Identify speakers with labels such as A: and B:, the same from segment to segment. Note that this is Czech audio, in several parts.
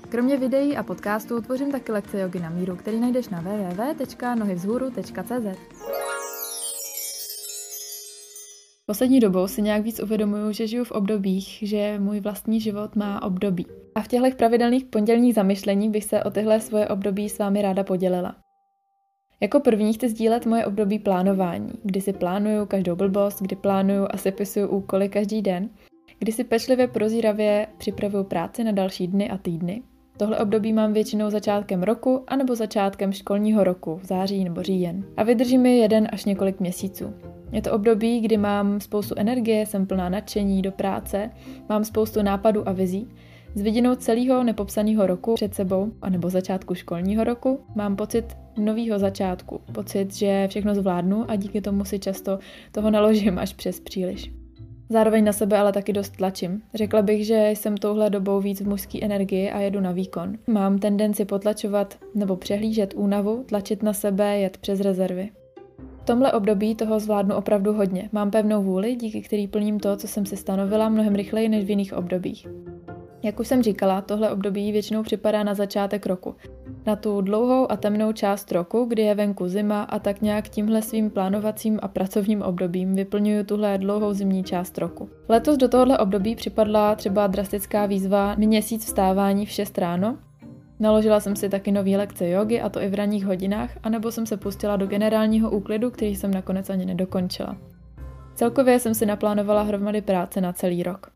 A: Kromě videí a podcastů tvořím taky lekce jogy na míru, který najdeš na www.nohyvzhůru.cz. Poslední dobou si nějak víc uvědomuju, že žiju v obdobích, že můj vlastní život má období. A v těchto pravidelných pondělních zamyšlení bych se o tyhle svoje období s vámi ráda podělila. Jako první chci sdílet moje období plánování, kdy si plánuju každou blbost, kdy plánuju a sepisuju úkoly každý den, kdy si pečlivě prozíravě připravuju práci na další dny a týdny. Tohle období mám většinou začátkem roku anebo začátkem školního roku, v září nebo říjen. A vydrží mi 1 až několik měsíců. Je to období, kdy mám spoustu energie, jsem plná nadšení do práce, mám spoustu nápadů a vizí. S vidinou celého nepopsaného roku před sebou, anebo začátku školního roku, mám pocit nového začátku. Pocit, že všechno zvládnu a díky tomu si často toho naložím až přes příliš. Zároveň na sebe ale taky dost tlačím. Řekla bych, že jsem touhle dobou víc v mužské energii a jedu na výkon. Mám tendenci potlačovat nebo přehlížet únavu, tlačit na sebe, jet přes rezervy. V tomhle období toho zvládnu opravdu hodně. Mám pevnou vůli, díky který plním to, co jsem si stanovila, mnohem rychleji než v jiných obdobích. Jak už jsem říkala, tohle období většinou připadá na začátek roku. Na tu dlouhou a temnou část roku, kdy je venku zima a tak nějak tímhle svým plánovacím a pracovním obdobím vyplňuju tuhle dlouhou zimní část roku. Letos do tohohle období připadla třeba drastická výzva měsíc vstávání v 6 ráno. Naložila jsem si taky nový lekce jogy, a to i v ranních hodinách, anebo jsem se pustila do generálního úklidu, který jsem nakonec ani nedokončila. Celkově jsem si naplánovala hromady práce na celý rok.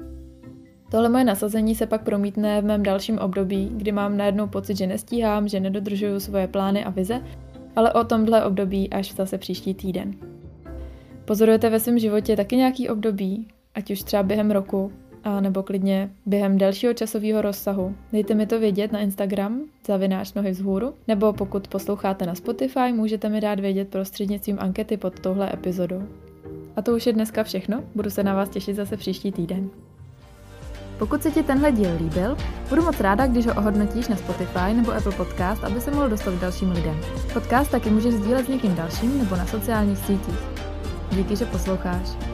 A: Tohle moje nasazení se pak promítne v mém dalším období, kdy mám najednou pocit, že nestíhám, že nedodržuju svoje plány a vize, ale o tomhle období až zase příští týden. Pozorujete ve svém životě taky nějaký období, ať už třeba během roku, a nebo klidně během delšího časového rozsahu? Dejte mi to vědět na Instagram, @nohyvzhůru, nebo pokud posloucháte na Spotify, můžete mi dát vědět prostřednictvím ankety pod touhle epizodou. A to už je dneska všechno, budu se na vás těšit zase příští týden. Pokud se ti tenhle díl líbil, budu moc ráda, když ho ohodnotíš na Spotify nebo Apple Podcast, aby se mohl dostat k dalším lidem. Podcast taky můžeš sdílet s někým dalším nebo na sociálních sítích. Díky, že posloucháš.